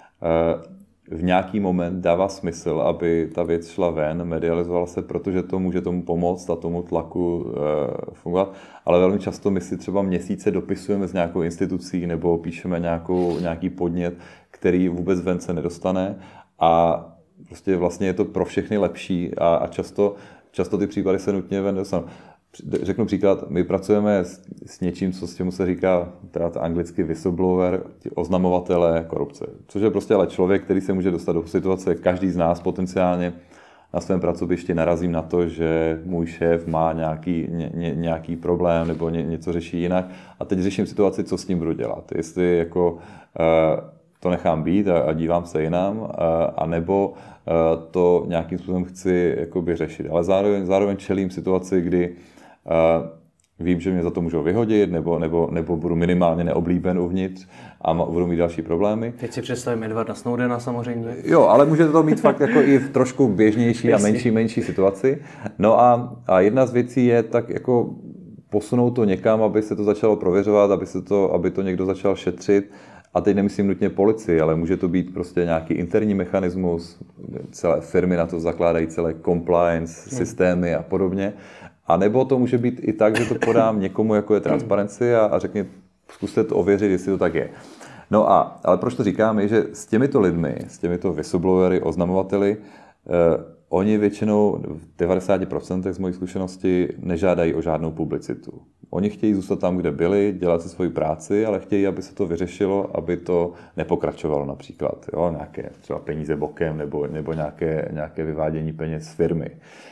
v nějaký moment dává smysl, aby ta věc šla ven, medializovala se, protože to může tomu pomoct a tomu tlaku fungovat. Ale velmi často my si třeba měsíce dopisujeme s nějakou institucí nebo píšeme nějaký podnět, který vůbec ven se nedostane a prostě vlastně je to pro všechny lepší a často ty případy se nutně ven dostanou. Řeknu příklad, my pracujeme s něčím, co s čemu se říká teda anglicky whistleblower, oznamovatelé korupce. Což je prostě ale člověk, který se může dostat do situace, každý z nás potenciálně na svém pracovišti narazím na to, že můj šéf má nějaký problém nebo něco řeší jinak a teď řeším situaci, co s tím budu dělat. Jestli jako to nechám být a dívám se jinam, anebo to nějakým způsobem chci jakoby řešit. Ale zároveň čelím situaci, kdy vím, že mě za to můžou vyhodit, nebo budu minimálně neoblíben uvnitř a budu mít další problémy. Teď si představím Edwarda Snowdena samozřejmě. Jo, ale můžete to mít fakt jako i v trošku běžnější a menší situaci. No a jedna z věcí je tak jako posunout to někam, aby se to začalo prověřovat, aby to někdo začal šetřit. A teď nemyslím nutně policii, ale může to být prostě nějaký interní mechanismus, celé firmy na to zakládají celé compliance systémy a podobně. A nebo to může být i tak, že to podám někomu, jako je Transparency a řekni, zkuste to ověřit, jestli to tak je. No ale proč to říkám, je, že s těmito lidmi, s těmito whistleblowery, oznamovateli, oni většinou v 90% z mojich zkušeností nežádají o žádnou publicitu. Oni chtějí zůstat tam, kde byli, dělat si svoji práci, ale chtějí, aby se to vyřešilo, aby to nepokračovalo například. Jo? Nějaké třeba peníze bokem nebo nějaké vyvádění peněz z firmy.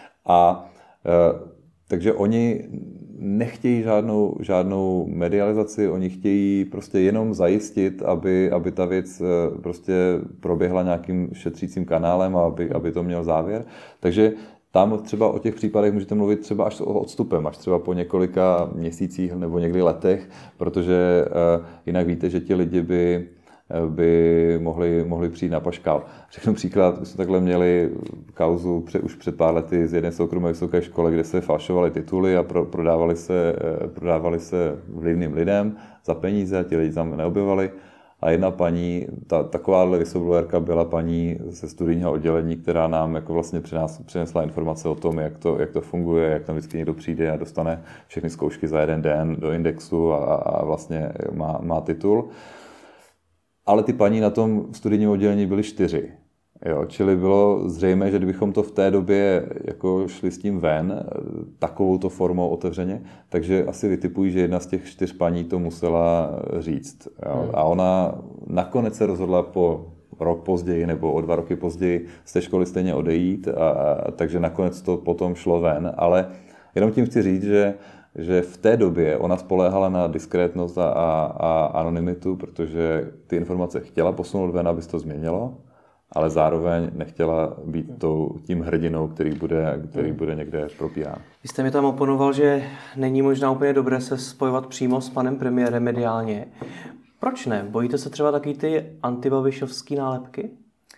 Takže oni nechtějí žádnou medializaci, oni chtějí prostě jenom zajistit, aby ta věc prostě proběhla nějakým šetřícím kanálem a aby to měl závěr. Takže tam třeba o těch případech můžete mluvit třeba až s odstupem, až třeba po několika měsících nebo někdy letech, protože jinak víte, že ti lidi by mohli přijít na paškál. Řeknu příklad, my jsme takhle měli kauzu už před pár lety z jedné soukromé vysoké školy, kde se falšovaly tituly a prodávali se vlivným lidem za peníze, ti lidi tam neobjevovali. A jedna paní, takováhle whistleblowerka byla paní ze studijního oddělení, která nám jako vlastně přinesla informace o tom, jak to funguje, jak tam vždycky někdo přijde a dostane všechny zkoušky za jeden den do indexu a vlastně má titul. Ale ty paní na tom studijním oddělení byly 4. Jo, čili bylo zřejmé, že kdybychom to v té době jako šli s tím ven, takovouto formou otevřeně, takže asi vytipují, že jedna z těch 4 paní to musela říct. Jo. A ona nakonec se rozhodla po rok později nebo o 2 roky později z té školy stejně odejít, takže nakonec to potom šlo ven. Ale jenom tím chci říct, že v té době ona spoléhala na diskrétnost a anonymitu, protože ty informace chtěla posunout ven, aby se to změnilo, ale zároveň nechtěla být tím hrdinou, který bude někde propírán. Vy jste mi tam oponoval, že není možná úplně dobré se spojovat přímo s panem premiérem mediálně. Proč ne? Bojíte se třeba taky ty antibabišovský nálepky?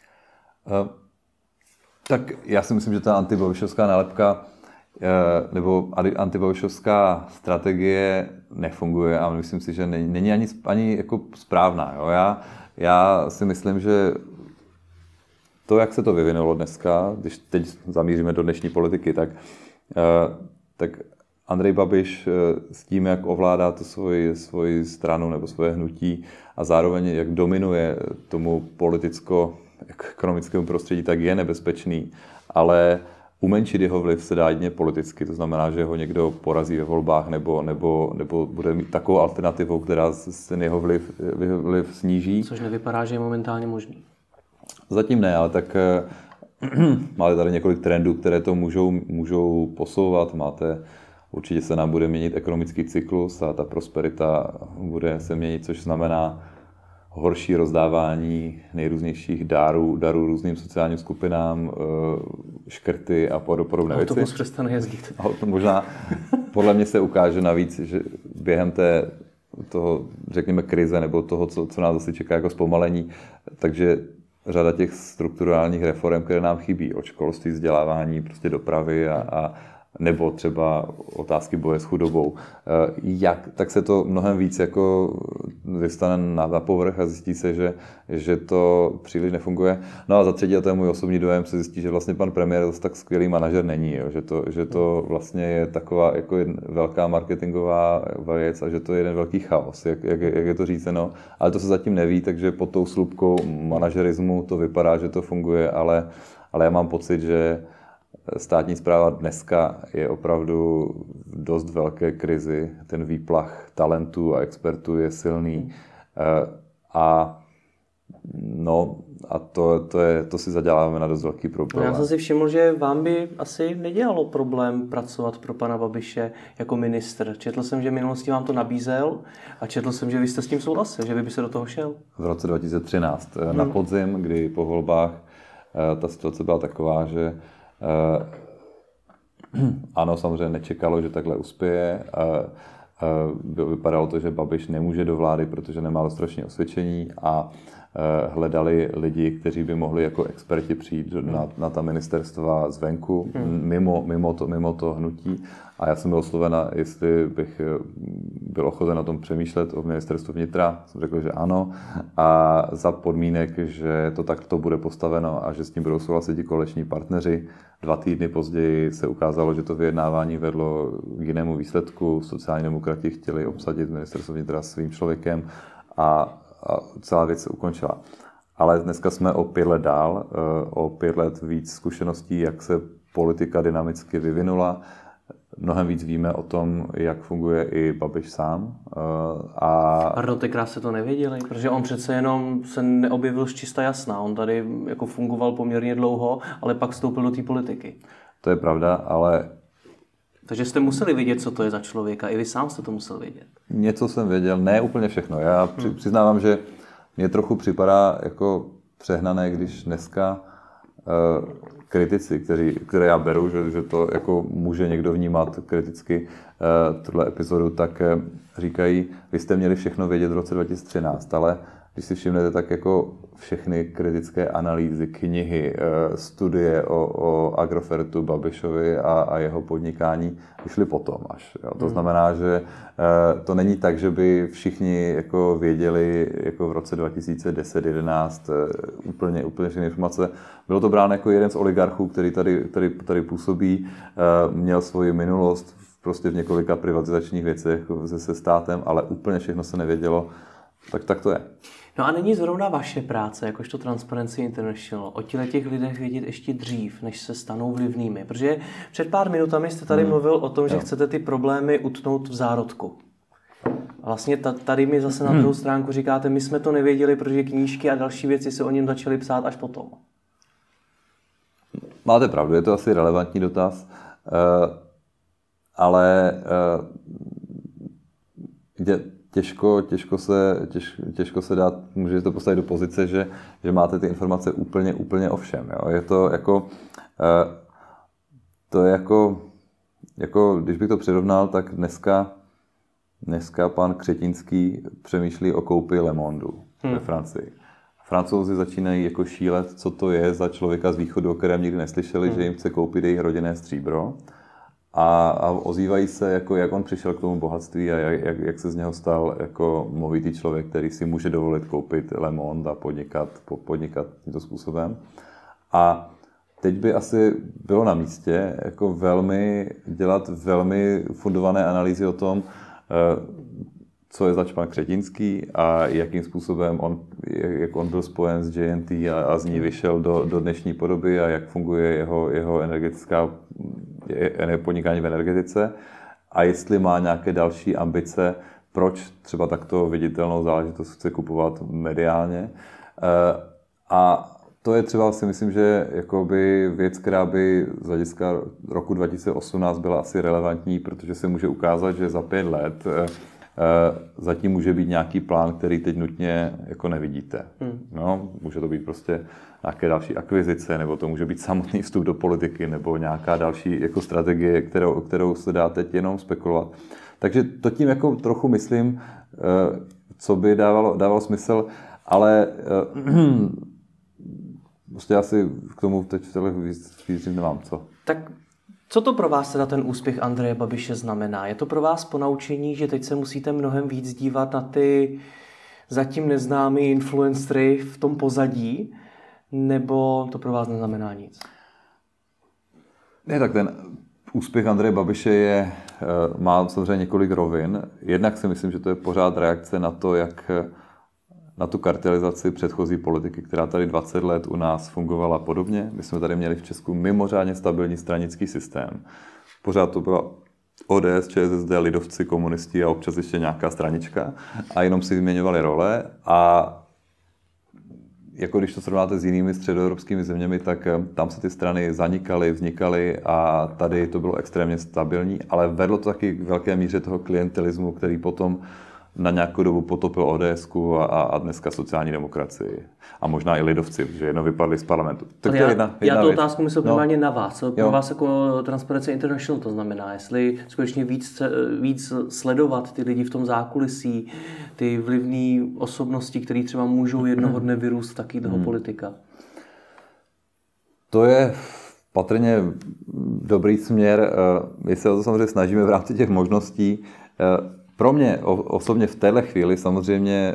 Tak já si myslím, že ta antibabišovská nálepka nebo antibabišovská strategie nefunguje a myslím si, že není ani jako správná. Jo? Já si myslím, že to, jak se to vyvinulo dneska, když teď zamíříme do dnešní politiky, tak Andrej Babiš s tím, jak ovládá to svoji stranu nebo svoje hnutí a zároveň jak dominuje tomu politicko-ekonomickému prostředí, tak je nebezpečný, ale umenšit jeho vliv se dá jedině politicky, to znamená, že ho někdo porazí ve volbách nebo bude mít takovou alternativou, která ten jeho vliv sníží. Což nevypadá, že je momentálně možný. Zatím ne, ale tak máte tady několik trendů, které to můžou posouvat. Máte určitě se nám bude měnit ekonomický cyklus a ta prosperita bude se měnit, což znamená horší rozdávání nejrůznějších darů různým sociálním skupinám, škrty a podobné věci. Autobus přestane jezdit. To možná podle mě se ukáže navíc, že během toho, řekněme, krize nebo toho, co nás zase čeká jako zpomalení, takže řada těch strukturálních reform, které nám chybí, od školství, vzdělávání, prostě dopravy a nebo třeba otázky boje s chudobou, tak se to mnohem víc jako vystane na povrch a zjistí se, že to příliš nefunguje. No a za třetí, a to je můj osobní dojem, se zjistí, že vlastně pan premiér zase tak skvělý manažer není, jo? Že to vlastně je taková jako velká marketingová věc a že to je jeden velký chaos, jak je to řízeno. Ale to se zatím neví, takže pod tou slupkou manažerismu to vypadá, že to funguje, ale já mám pocit, že státní správa dneska je opravdu v dost velké krizi. Ten výplach talentů a expertů je silný. A to si zaděláváme na dost velký problém. Já jsem si všiml, že vám by asi nedělalo problém pracovat pro pana Babiše jako ministr. Četl jsem, že v minulosti vám to nabízel a četl jsem, že vy jste s tím souhlasil, že vy by se do toho šel. V roce 2013 na podzim, kdy po volbách ta situace byla taková, že ano, samozřejmě nečekalo, že takhle uspěje. Vypadalo to, že Babiš nemůže do vlády, protože nemá dostatečné osvědčení a hledali lidi, kteří by mohli jako experti přijít na ta ministerstva zvenku, mimo to hnutí. A já jsem byl oslovena, jestli bych byl ochoten na tom přemýšlet o ministerstvu vnitra. Jsem řekl, že ano. A za podmínek, že to takto bude postaveno a že s tím budou souhlasit i koaliční partneři. 2 týdny později se ukázalo, že to vyjednávání vedlo k jinému výsledku. Sociální demokrati chtěli obsadit ministerstvo vnitra svým člověkem a celá věc se ukončila. Ale dneska jsme o 5 let dál, o 5 let víc zkušeností, jak se politika dynamicky vyvinula. Mnohem víc víme o tom, jak funguje i Babiš sám. Pardon, tenkrát jste to nevěděli, protože on přece jenom se neobjevil z čista jasná. On tady jako fungoval poměrně dlouho, ale pak vstoupil do té politiky. To je pravda, ale... Takže jste museli vědět, co to je za člověka. I vy sám jste to musel vědět. Něco jsem věděl, ne úplně všechno. Já přiznávám, že mě trochu připadá jako přehnané, když dneska kritici, které já beru, že to jako může někdo vnímat kriticky, tuhle epizodu, tak říkají, vy jste měli všechno vědět v roce 2013, ale když si všimnete, tak jako všechny kritické analýzy, knihy, studie o Agrofertu, Babišovi a jeho podnikání vyšly potom až. Jo. To znamená, že to není tak, že by všichni jako věděli jako v roce 2010-11 úplně všechny informace. Bylo to bráno jako jeden z oligarchů, který tady působí, měl svoji minulost prostě v několika privatizačních věcech se státem, ale úplně všechno se nevědělo. Tak to je. No a není zrovna vaše práce, jakožto Transparency International, o těch lidech vědět ještě dřív, než se stanou vlivnými? Protože před pár minutami jste tady mluvil o tom, že chcete ty problémy utnout v zárodku. A vlastně tady mi zase na druhou stránku říkáte, my jsme to nevěděli, protože knížky a další věci se o něm začaly psát až potom. Máte pravdu, je to asi relevantní dotaz, ale těžko se dát, můžete to postavit do pozice, že máte ty informace úplně o všem. Jo? Je to jako, když bych to přirovnal, tak dneska pan Křetínský přemýšlí o koupi Le Mondu ve Francii. Francouzi začínají jako šílet, co to je za člověka z východu, o kterém nikdy neslyšeli, že jim chce koupit jejich rodinné stříbro. A ozývají se, jako jak on přišel k tomu bohatství a jak se z něho stal jako movitý člověk, který si může dovolit koupit Le Monde a podnikat tímto způsobem. A teď by asi bylo na místě jako dělat velmi fundované analýzy o tom, co je zač pan Křetínský a jakým způsobem jak on byl spojen s JNT a z ní vyšel do dnešní podoby a jak funguje jeho podnikání v energetice a jestli má nějaké další ambice, proč třeba takto viditelnou záležitost chce kupovat mediálně. A to je třeba si myslím, že jakoby věc, která by z hlediska roku 2018 byla asi relevantní, protože se může ukázat, že za 5 let zatím může být nějaký plán, který teď nutně jako nevidíte. No, může to být prostě nějaké další akvizice, nebo to může být samotný vstup do politiky, nebo nějaká další jako strategie, kterou se dá teď jenom spekulovat. Takže to tím jako trochu myslím, co by dávalo smysl, ale prostě asi k tomu teď v téhle chvíli nemám co. Tak co to pro vás teda ten úspěch Andreje Babiše znamená? Je to pro vás ponaučení, že teď se musíte mnohem víc dívat na ty zatím neznámý influencery v tom pozadí, nebo to pro vás neznamená nic? Ne, tak ten úspěch Andreje Babiše má samozřejmě několik rovin. Jednak si myslím, že to je pořád reakce na to, jak na tu kartelizaci předchozí politiky, která tady 20 let u nás fungovala podobně. My jsme tady měli v Česku mimořádně stabilní stranický systém. Pořád to byla ODS, ČSSD, lidovci, komunisti a občas ještě nějaká stranička a jenom si vyměňovali role a jako když to srovnáte s jinými středoevropskými zeměmi, tak tam se ty strany zanikaly, vznikaly a tady to bylo extrémně stabilní, ale vedlo to taky k velké míře toho klientelismu, který potom na nějakou dobu potopil ODS-ku a dneska sociální demokracii. A možná i lidovci, že jedno vypadli z parlamentu. Tak já tu otázku myslím primárně na vás. Co pro vás jako Transparency International to znamená? Jestli skutečně víc sledovat ty lidi v tom zákulisí, ty vlivné osobnosti, které třeba můžou jednoho dne vyrůst taky toho politika? To je patrně dobrý směr. My se o to samozřejmě snažíme v rámci těch možností. Pro mě osobně v téhle chvíli samozřejmě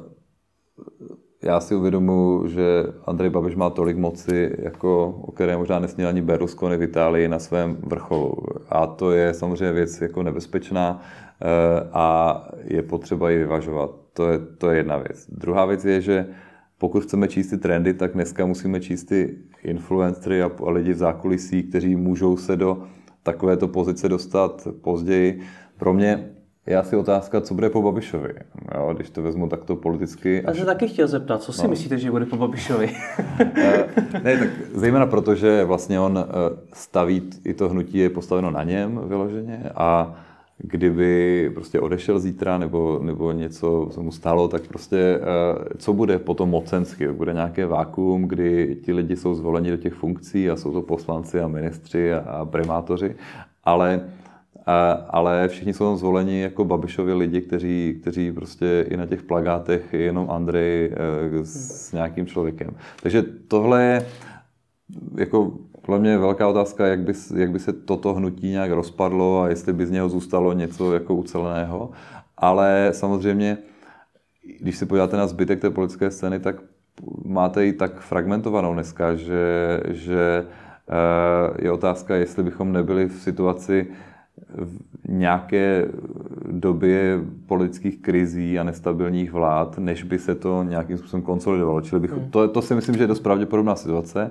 já si uvědomuji, že Andrej Babiš má tolik moci, jako, o které možná nesměl ani Berlusconi v Itálii na svém vrcholu. A to je samozřejmě věc jako nebezpečná a je potřeba ji vyvažovat. To je jedna věc. Druhá věc je, že pokud chceme číst ty trendy, tak dneska musíme číst ty influencery a lidi v zákulisí, kteří můžou se do takovéto pozice dostat později. Pro mě je asi otázka, co bude po Babišovi, jo, když to vezmu takto politicky. Já se taky chtěl zeptat, co si myslíte, že bude po Babišovi? Ne, tak zejména proto, že vlastně on staví, i to hnutí je postaveno na něm vyloženě a kdyby prostě odešel zítra nebo něco se mu stalo, tak prostě co bude potom mocensky? Bude nějaké vákuum, kdy ti lidi jsou zvoleni do těch funkcí a jsou to poslanci a ministři a primátoři, ale všichni jsou tam zvoleni jako Babišovi lidi, kteří prostě i na těch plakátech je jenom Andrej s nějakým člověkem. Takže tohle je jako podle mě velká otázka, jak by se toto hnutí nějak rozpadlo a jestli by z něho zůstalo něco jako uceleného. Ale samozřejmě, když se podíváte na zbytek té politické scény, tak máte ji tak fragmentovanou dneska, že je otázka, jestli bychom nebyli v situaci v nějaké době politických krizí a nestabilních vlád, než by se to nějakým způsobem konsolidovalo. Čili to si myslím, že je dost pravděpodobná situace.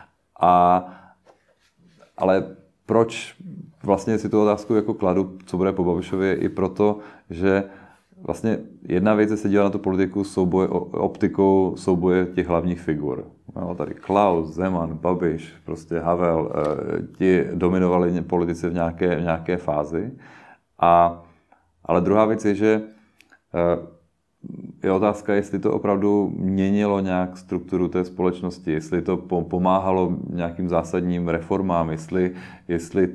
Ale proč vlastně si tu otázku jako kladu, co bude po Babišově, i proto, že vlastně jedna věc je se dívat na tu politiku optikou souboje těch hlavních figur. No, tady Klaus, Zeman, Babiš, prostě Havel, ti dominovali politice v nějaké fázi. Ale druhá věc je, že je otázka, jestli to opravdu měnilo nějak strukturu té společnosti, jestli to pomáhalo nějakým zásadním reformám, jestli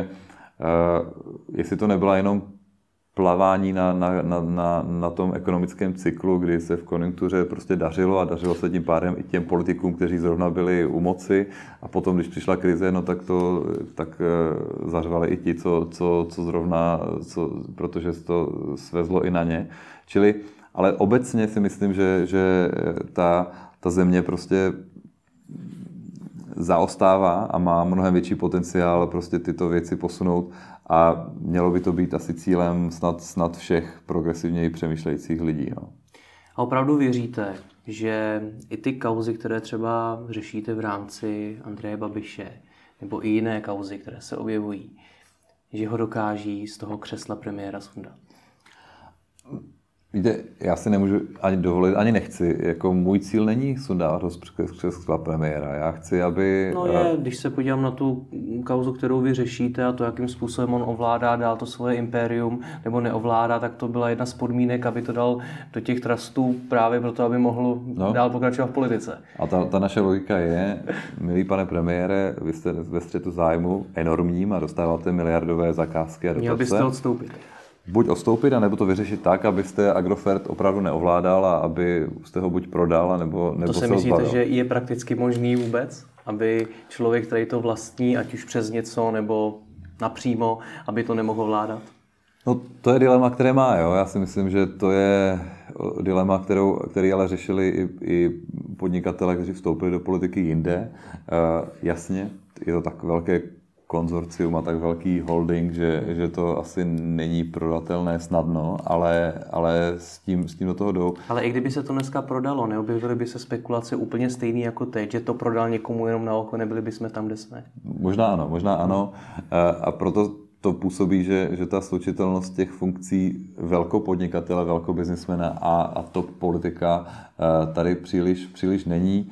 to nebyla jenom plavání na tom ekonomickém cyklu, kdy se v konjunktuře prostě dařilo a dařilo se tím pádem i těm politikům, kteří zrovna byli u moci a potom, když přišla krize, no tak zařvali i ti, protože se to svezlo i na ně. Ale obecně si myslím, že ta země prostě zaostává a má mnohem větší potenciál prostě tyto věci posunout a mělo by to být asi cílem snad všech progresivněji přemýšlejících lidí. No. A opravdu věříte, že i ty kauzy, které třeba řešíte v rámci Andreje Babiše, nebo i jiné kauzy, které se objevují, že ho dokáží z toho křesla premiéra sundat? Víte, já si nemůžu ani dovolit, ani nechci. Jako můj cíl není sundávat ho z křesla premiéra. Já chci, aby... No když se podívám na tu kauzu, kterou vy řešíte a to, jakým způsobem on ovládá dál to svoje impérium nebo neovládá, tak to byla jedna z podmínek, aby to dal do těch trustů právě proto, aby mohl dál pokračovat v politice. A ta naše logika je, milý pane premiére, vy jste ve střetu zájmu enormním a dostáváte miliardové zakázky a dotace. Měl byste odstoupit. Buď odstoupit, anebo to vyřešit tak, abyste Agrofert opravdu neovládal a aby jste ho buď prodal, nebo to se myslíte, zbavil. Že je prakticky možný vůbec, aby člověk, který to vlastní, ať už přes něco nebo napřímo, aby to nemohl vládat? No, to je dilema, které má, jo. Já si myslím, že to je dilema, který ale řešili i podnikatelé, kteří vstoupili do politiky jinde. Jasně, je to tak velké konzorcium a tak velký holding, že to asi není prodatelné snadno, ale s tím do toho jdou. Ale i kdyby se to dneska prodalo, neobjevily by se spekulace úplně stejný jako teď, že to prodal někomu jenom na oko, nebyli bychom tam, kde jsme? Možná ano. A proto to působí, že ta slučitelnost těch funkcí velkopodnikatele, velkobiznismena a top politika tady příliš není.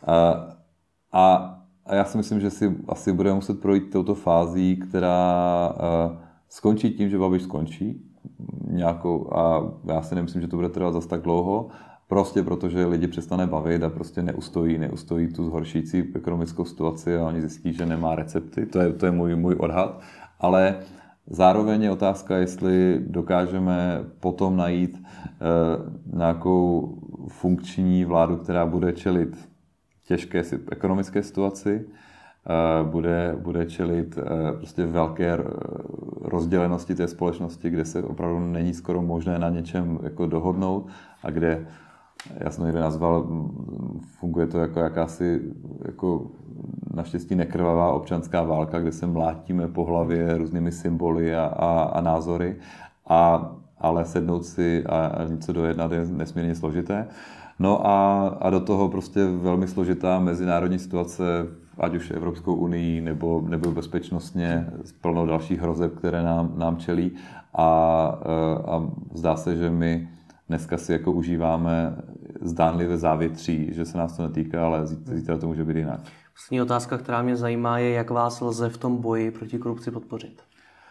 A já si myslím, že si asi budeme muset projít touto fází, která skončí tím, že Babiš skončí a já si nemyslím, že to bude trvat zase tak dlouho, prostě protože lidi přestane bavit a prostě neustojí tu zhoršící ekonomickou situaci a oni zjistí, že nemá recepty. To je můj odhad. Ale zároveň je otázka, jestli dokážeme potom najít nějakou funkční vládu, která bude čelit těžké ekonomické situaci, bude čelit prostě velké rozdělenosti té společnosti, kde se opravdu není skoro možné na něčem jako dohodnout a kde, já jsem někde nazval, funguje to jako jakási jako naštěstí nekrvavá občanská válka, kde se mlátíme po hlavě různými symboly a názory, ale sednout si a něco dojednat je nesmírně složité. No a do toho prostě velmi složitá mezinárodní situace, ať už Evropskou unii nebo bezpečnostně, s plnou dalších hrozeb, které nám čelí. A zdá se, že my dneska si jako užíváme zdánlivé závětří, že se nás to netýká, ale zítra to může být jinak. Poslední otázka, která mě zajímá, je, jak vás lze v tom boji proti korupci podpořit?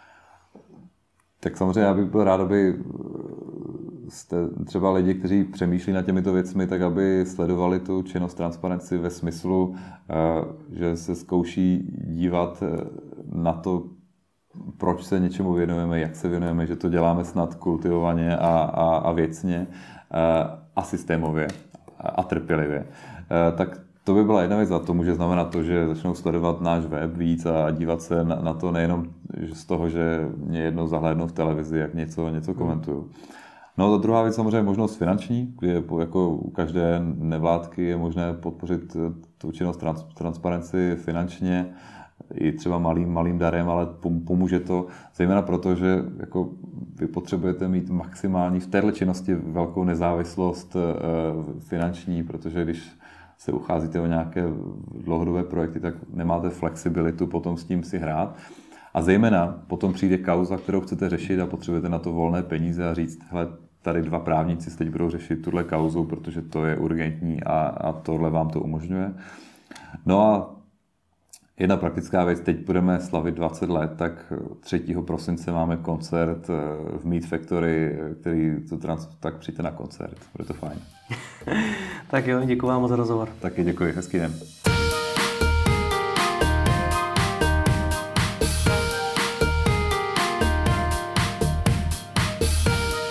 Tak samozřejmě já bych byl rád, aby jste třeba lidi, kteří přemýšlí nad těmito věcmi, tak aby sledovali tu činnost Transparency ve smyslu, že se zkouší dívat na to, proč se něčemu věnujeme, jak se věnujeme, že to děláme snad kultivovaně a věcně a systémově a trpělivě. Tak to by byla jedna věc a to může znamenat to, že začnou sledovat náš web víc a dívat se na to nejenom z toho, že mě jednou zahlédnou v televizi, jak něco komentuju. No a druhá věc samozřejmě možnost finanční, kde jako u každé nevládky je možné podpořit tu činnost Transparency finančně i třeba malým darem, ale pomůže to zejména proto, že jako vy potřebujete mít maximální v této činnosti velkou nezávislost finanční, protože když se ucházíte o nějaké dlouhodobé projekty, tak nemáte flexibilitu potom s tím si hrát. A zejména potom přijde kauza, kterou chcete řešit a potřebujete na to volné peníze a říct, hele, tady 2 právníci teď budou řešit tuhle kauzu, protože to je urgentní a tohle vám to umožňuje. No a jedna praktická věc, teď budeme slavit 20 let, tak 3. prosince máme koncert v Meat Factory, tak přijďte na koncert, bude to fajn. Tak jo, děkuji vám za rozhovor. Taky děkuji, hezký den.